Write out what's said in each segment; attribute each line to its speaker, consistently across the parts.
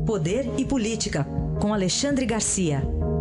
Speaker 1: Poder e Política, com Alexandre Garcia.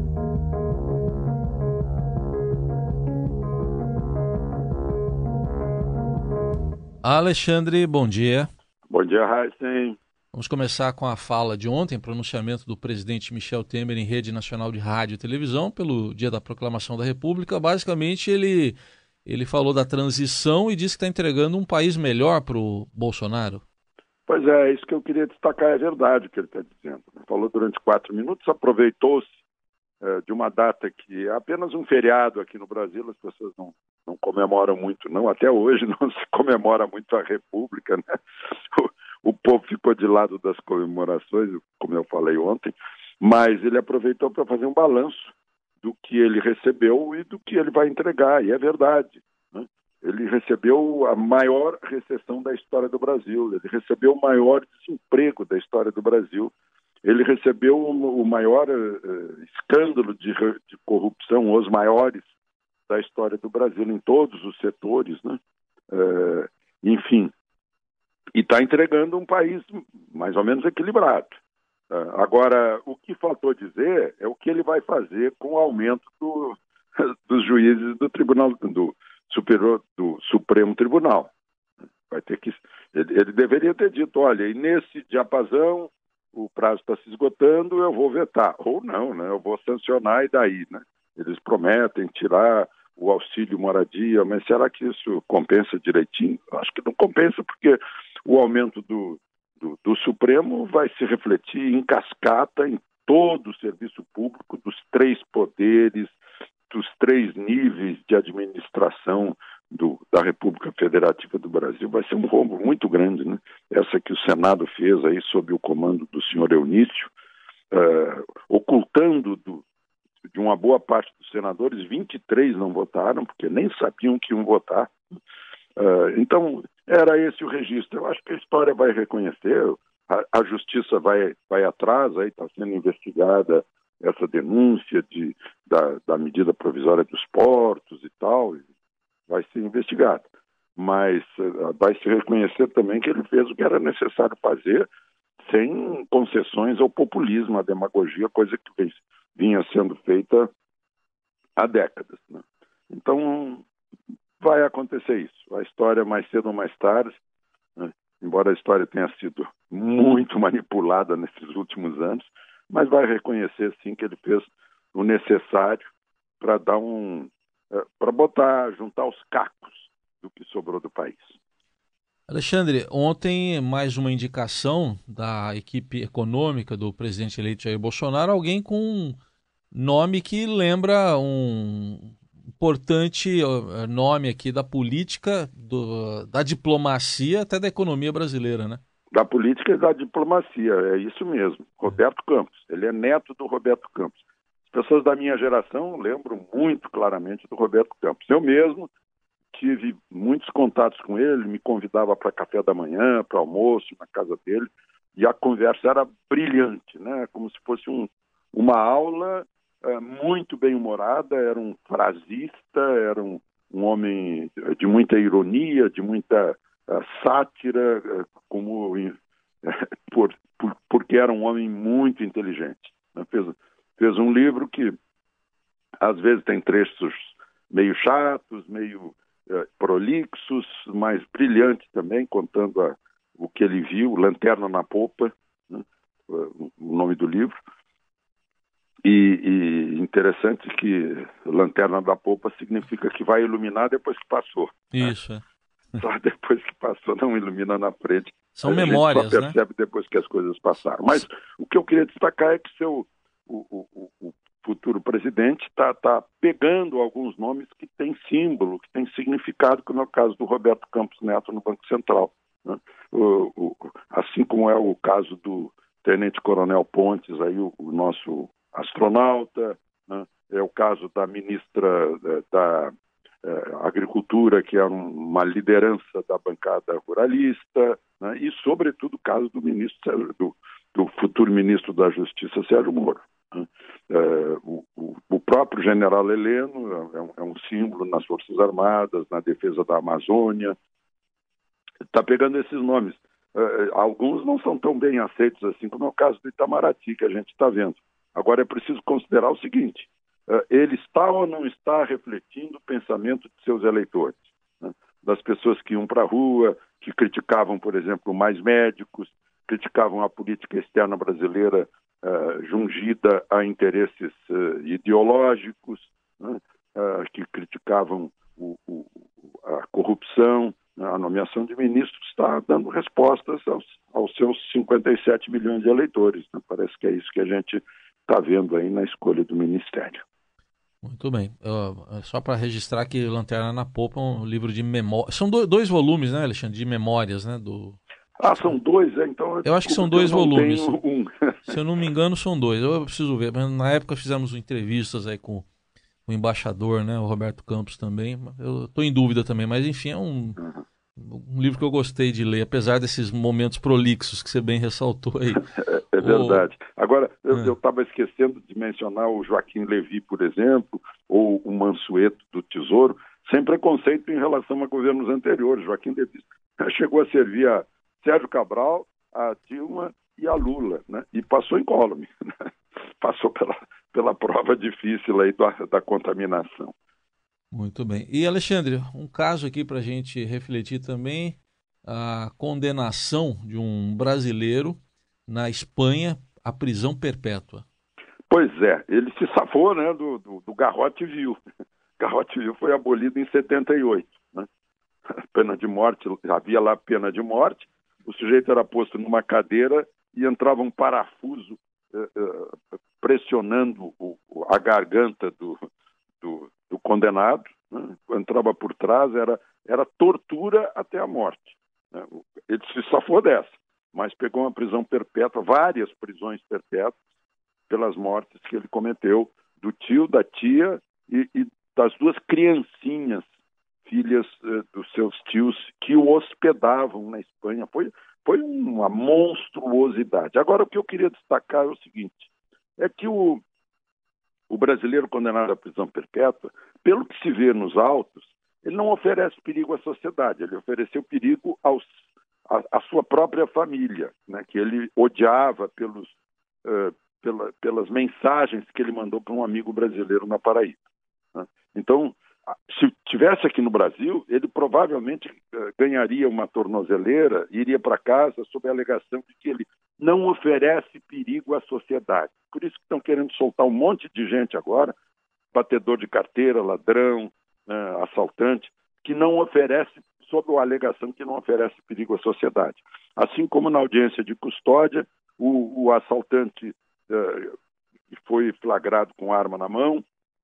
Speaker 2: Alexandre, bom dia.
Speaker 3: Bom dia, Raíssen.
Speaker 2: Vamos começar com a fala de ontem, pronunciamento do presidente Michel Temer em rede nacional de rádio e televisão pelo dia da proclamação da República. Basicamente, ele falou da transição e disse que está entregando um país melhor para o Bolsonaro.
Speaker 3: Pois é, isso que eu queria destacar, é verdade o que ele está dizendo. Ele falou durante 4 minutos, aproveitou-se de uma data que é apenas um feriado aqui no Brasil, as pessoas não comemoram muito, não. Até hoje não se comemora muito a República, né? O povo ficou de lado das comemorações, como eu falei ontem, mas ele aproveitou para fazer um balanço do que ele recebeu e do que ele vai entregar, e é verdade, né? Ele recebeu a maior recessão da história do Brasil, ele recebeu o maior desemprego da história do Brasil, ele recebeu o maior escândalo de corrupção, os maiores da história do Brasil, em todos os setores, né? Enfim, e está entregando um país mais ou menos equilibrado. Agora, o que faltou dizer é o que ele vai fazer com o aumento dos juízes do Tribunal do Supremo Tribunal. Vai ter que, ele deveria ter dito, olha, e nesse diapasão o prazo está se esgotando, eu vou vetar. Ou não, né? Eu vou sancionar e daí, né? Eles prometem tirar o auxílio moradia, mas será que isso compensa direitinho? Acho que não compensa, porque o aumento do Supremo vai se refletir em cascata em todo o serviço público, dos 3 poderes, dos 3 níveis de administração da República Federativa do Brasil. Vai ser um rombo muito grande, né? Essa que o Senado fez aí sob o comando do senhor Eunício, ocultando de uma boa parte dos senadores, 23 não votaram, porque nem sabiam que iam votar. Então, era esse o registro. Eu acho que a história vai reconhecer, a justiça vai atrás, aí está sendo investigada essa denúncia da medida provisória dos portos e tal, vai ser investigada. Mas vai se reconhecer também que ele fez o que era necessário fazer, sem concessões ao populismo, à demagogia, coisa que vinha sendo feita há décadas, né? Então, vai acontecer isso. A história, mais cedo ou mais tarde, né? Embora a história tenha sido muito manipulada nesses últimos anos, mas vai reconhecer, sim, que ele fez o necessário para juntar os cacos do que sobrou do país.
Speaker 2: Alexandre, ontem mais uma indicação da equipe econômica do presidente eleito Jair Bolsonaro, alguém com um nome que lembra um importante nome aqui da política, da diplomacia, até da economia brasileira, né?
Speaker 3: Da política e da diplomacia, é isso mesmo. Roberto Campos, ele é neto do Roberto Campos. As pessoas da minha geração lembram muito claramente do Roberto Campos. Eu mesmo tive muitos contatos com ele, me convidava para café da manhã, para almoço na casa dele, e a conversa era brilhante, né? Como se fosse uma aula muito bem-humorada, era um frasista, era um homem de muita ironia, de muita sátira, porque era um homem muito inteligente, né? Fez um livro que às vezes tem trechos meio chatos, meio prolixos, mas brilhante também, contando o que ele viu, Lanterna na Popa, né? O nome do livro. E interessante que Lanterna da Popa significa que vai iluminar depois que passou.
Speaker 2: Isso,
Speaker 3: né? Só depois que passou, não ilumina na frente.
Speaker 2: São memórias,
Speaker 3: né? A gente só percebe depois que as coisas passaram. Mas o que eu queria destacar é que o futuro presidente está pegando alguns nomes que têm símbolo, que têm significado, como é o caso do Roberto Campos Neto no Banco Central, né? Assim como é o caso do Tenente Coronel Pontes, aí o nosso astronauta, né? É o caso da ministra da Agricultura, que é uma liderança da bancada ruralista, né? E, sobretudo, o caso do futuro ministro da Justiça, Sérgio Moro. O próprio general Heleno é um símbolo nas Forças Armadas, na defesa da Amazônia. Está pegando esses nomes alguns não são tão bem aceitos assim, como é o caso do Itamaraty, que a gente está vendo. Agora é preciso considerar o seguinte, ele está ou não está refletindo o pensamento de seus eleitores, né? Das pessoas que iam para a rua, que criticavam, por exemplo, mais médicos, criticavam a política externa brasileira jungida a interesses ideológicos, né? Que criticavam a corrupção. A nomeação de ministros está dando respostas aos seus 57 milhões de eleitores, né? Parece que é isso que a gente está vendo aí na escolha do ministério.
Speaker 2: Muito bem. Só para registrar que Lanterna na Popa é um livro de memórias. São dois volumes, né, Alexandre? De memórias, né?
Speaker 3: São dois, então...
Speaker 2: Eu acho que são dois volumes.
Speaker 3: Um.
Speaker 2: Se eu não me engano, são dois. Eu preciso ver. Na época fizemos entrevistas aí com o embaixador, né? O Roberto Campos também. Eu estou em dúvida também, mas enfim, é um livro que eu gostei de ler, apesar desses momentos prolixos que você bem ressaltou aí.
Speaker 3: É verdade. Agora, eu estava esquecendo de mencionar o Joaquim Levy, por exemplo, ou o Mansueto do Tesouro, sem preconceito em relação a governos anteriores. Joaquim Levy chegou a servir a Sérgio Cabral, a Dilma e a Lula, né? E passou incólume, né? Passou pela prova difícil aí da contaminação.
Speaker 2: Muito bem. E, Alexandre, um caso aqui para a gente refletir também, a condenação de um brasileiro na Espanha à prisão perpétua.
Speaker 3: Pois é, ele se safou, né, do garrote vil. Garrote vil foi abolido em 78, né? Pena de morte, havia lá pena de morte, o sujeito era posto numa cadeira e entrava um parafuso pressionando a garganta do condenado, né? Entrava por trás, era tortura até a morte, né? Ele se safou dessa, mas pegou uma prisão perpétua, várias prisões perpétuas, pelas mortes que ele cometeu, do tio, da tia e das duas criancinhas, filhas dos seus tios, que o hospedavam na Espanha. Foi uma monstruosidade. Agora, o que eu queria destacar é o seguinte, é que o brasileiro condenado à prisão perpétua, pelo que se vê nos autos, ele não oferece perigo à sociedade, ele ofereceu perigo à sua própria família, né, que ele odiava pelas mensagens que ele mandou para um amigo brasileiro na Paraíba, né? Então, se tivesse aqui no Brasil, ele provavelmente ganharia uma tornozeleira e iria para casa sob a alegação de que ele não oferece perigo à sociedade. Por isso que estão querendo soltar um monte de gente agora, batedor de carteira, ladrão, assaltante, que não oferece, sob a alegação que não oferece perigo à sociedade. Assim como na audiência de custódia, o assaltante foi flagrado com arma na mão,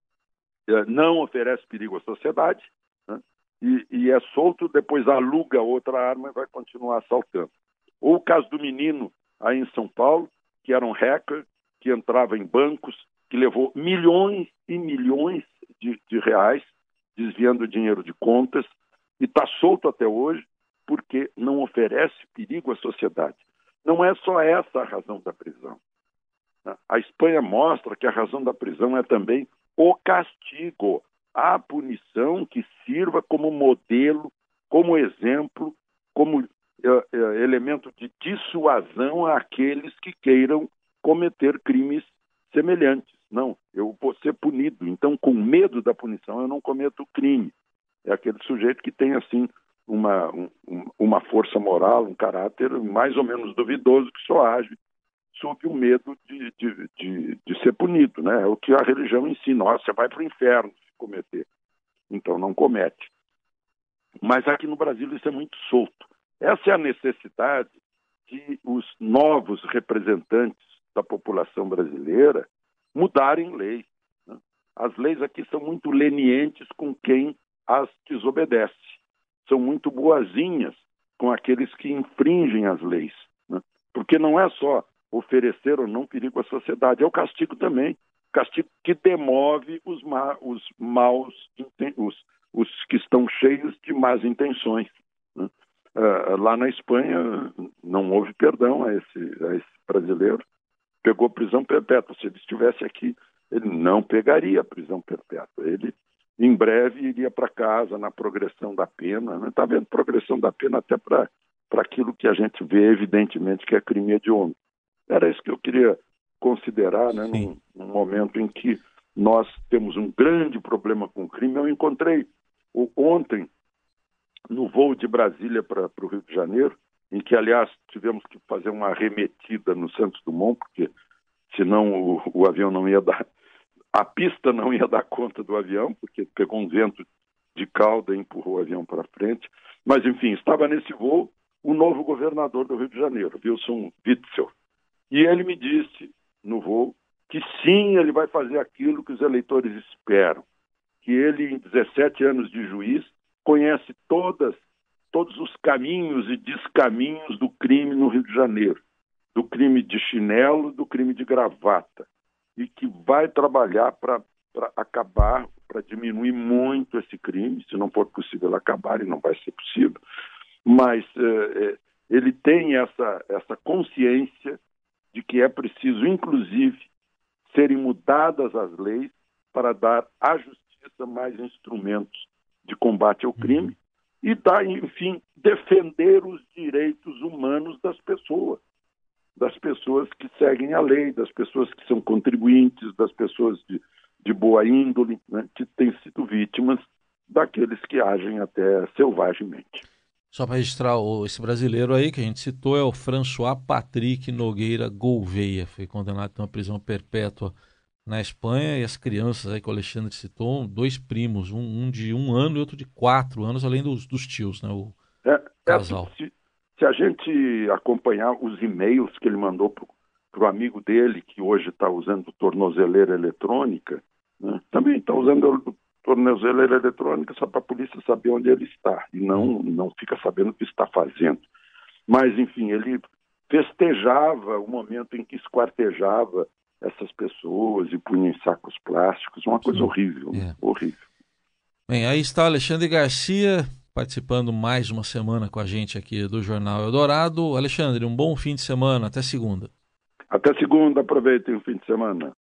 Speaker 3: não oferece perigo à sociedade, né? E é solto, depois aluga outra arma e vai continuar assaltando. Ou o caso do menino aí em São Paulo, que era um hacker, que entrava em bancos, que levou milhões e milhões de reais, desviando dinheiro de contas, e está solto até hoje porque não oferece perigo à sociedade. Não é só essa a razão da prisão. A Espanha mostra que a razão da prisão é também o castigo, a punição que sirva como modelo, como exemplo, como elemento de dissuasão àqueles que queiram cometer crimes semelhantes. Não, eu vou ser punido, então com medo da punição eu não cometo crime. É aquele sujeito que tem assim uma força moral, um caráter mais ou menos duvidoso, que só age sob o medo de ser punido, né? É o que a religião ensina. Você vai para o inferno se cometer. Então não comete. Mas aqui no Brasil isso é muito solto. Essa é a necessidade de os novos representantes da população brasileira mudarem leis, né? As leis aqui são muito lenientes com quem as desobedece. São muito boazinhas com aqueles que infringem as leis, né? Porque não é só oferecer ou não perigo à sociedade, é o castigo também, castigo que demove os maus, os que estão cheios de más intenções, né? Lá na Espanha não houve perdão a esse brasileiro, pegou prisão perpétua. Se ele estivesse aqui, ele não pegaria prisão perpétua, ele em breve iria para casa na progressão da pena, né? Está vendo progressão da pena até para para aquilo que a gente vê evidentemente que é crime hediondo. Era isso que eu queria considerar, né, num momento em que nós temos um grande problema com o crime. Eu encontrei ontem, no voo de Brasília para o Rio de Janeiro, em que, aliás, tivemos que fazer uma arremetida no Santos Dumont, porque senão o avião não ia dar, a pista não ia dar conta do avião, porque pegou um vento de cauda e empurrou o avião para frente. Mas, enfim, estava nesse voo o novo governador do Rio de Janeiro, Wilson Witzel. E ele me disse, no voo, que sim, ele vai fazer aquilo que os eleitores esperam, que ele, em 17 anos de juiz, conhece todos os caminhos e descaminhos do crime no Rio de Janeiro, do crime de chinelo, do crime de gravata, e que vai trabalhar para acabar, para diminuir muito esse crime, se não for possível acabar, e não vai ser possível, mas ele tem essa consciência de que é preciso, inclusive, serem mudadas as leis para dar à justiça mais instrumentos de combate ao crime e dar, enfim, defender os direitos humanos das pessoas que seguem a lei, das pessoas que são contribuintes, das pessoas de boa índole, né, que têm sido vítimas daqueles que agem até selvagemente.
Speaker 2: Só para registrar, esse brasileiro aí que a gente citou é o François Patrick Nogueira Gouveia, foi condenado a uma prisão perpétua na Espanha, e as crianças aí que o Alexandre citou, 2 primos, um de 1 ano e outro de 4 anos, além dos tios, né, o casal.
Speaker 3: Se a gente acompanhar os e-mails que ele mandou para o amigo dele, que hoje está usando tornozeleira eletrônica, né, também está usando tornozeleira eletrônica só para a polícia saber onde ele está, e não fica sabendo o que está fazendo. Mas, enfim, ele festejava o momento em que esquartejava essas pessoas e punha em sacos plásticos, uma coisa horrível, horrível.
Speaker 2: Bem, aí está Alexandre Garcia, participando mais uma semana com a gente aqui do Jornal Eldorado. Alexandre, um bom fim de semana, até segunda.
Speaker 3: Até segunda, aproveitem o fim de semana.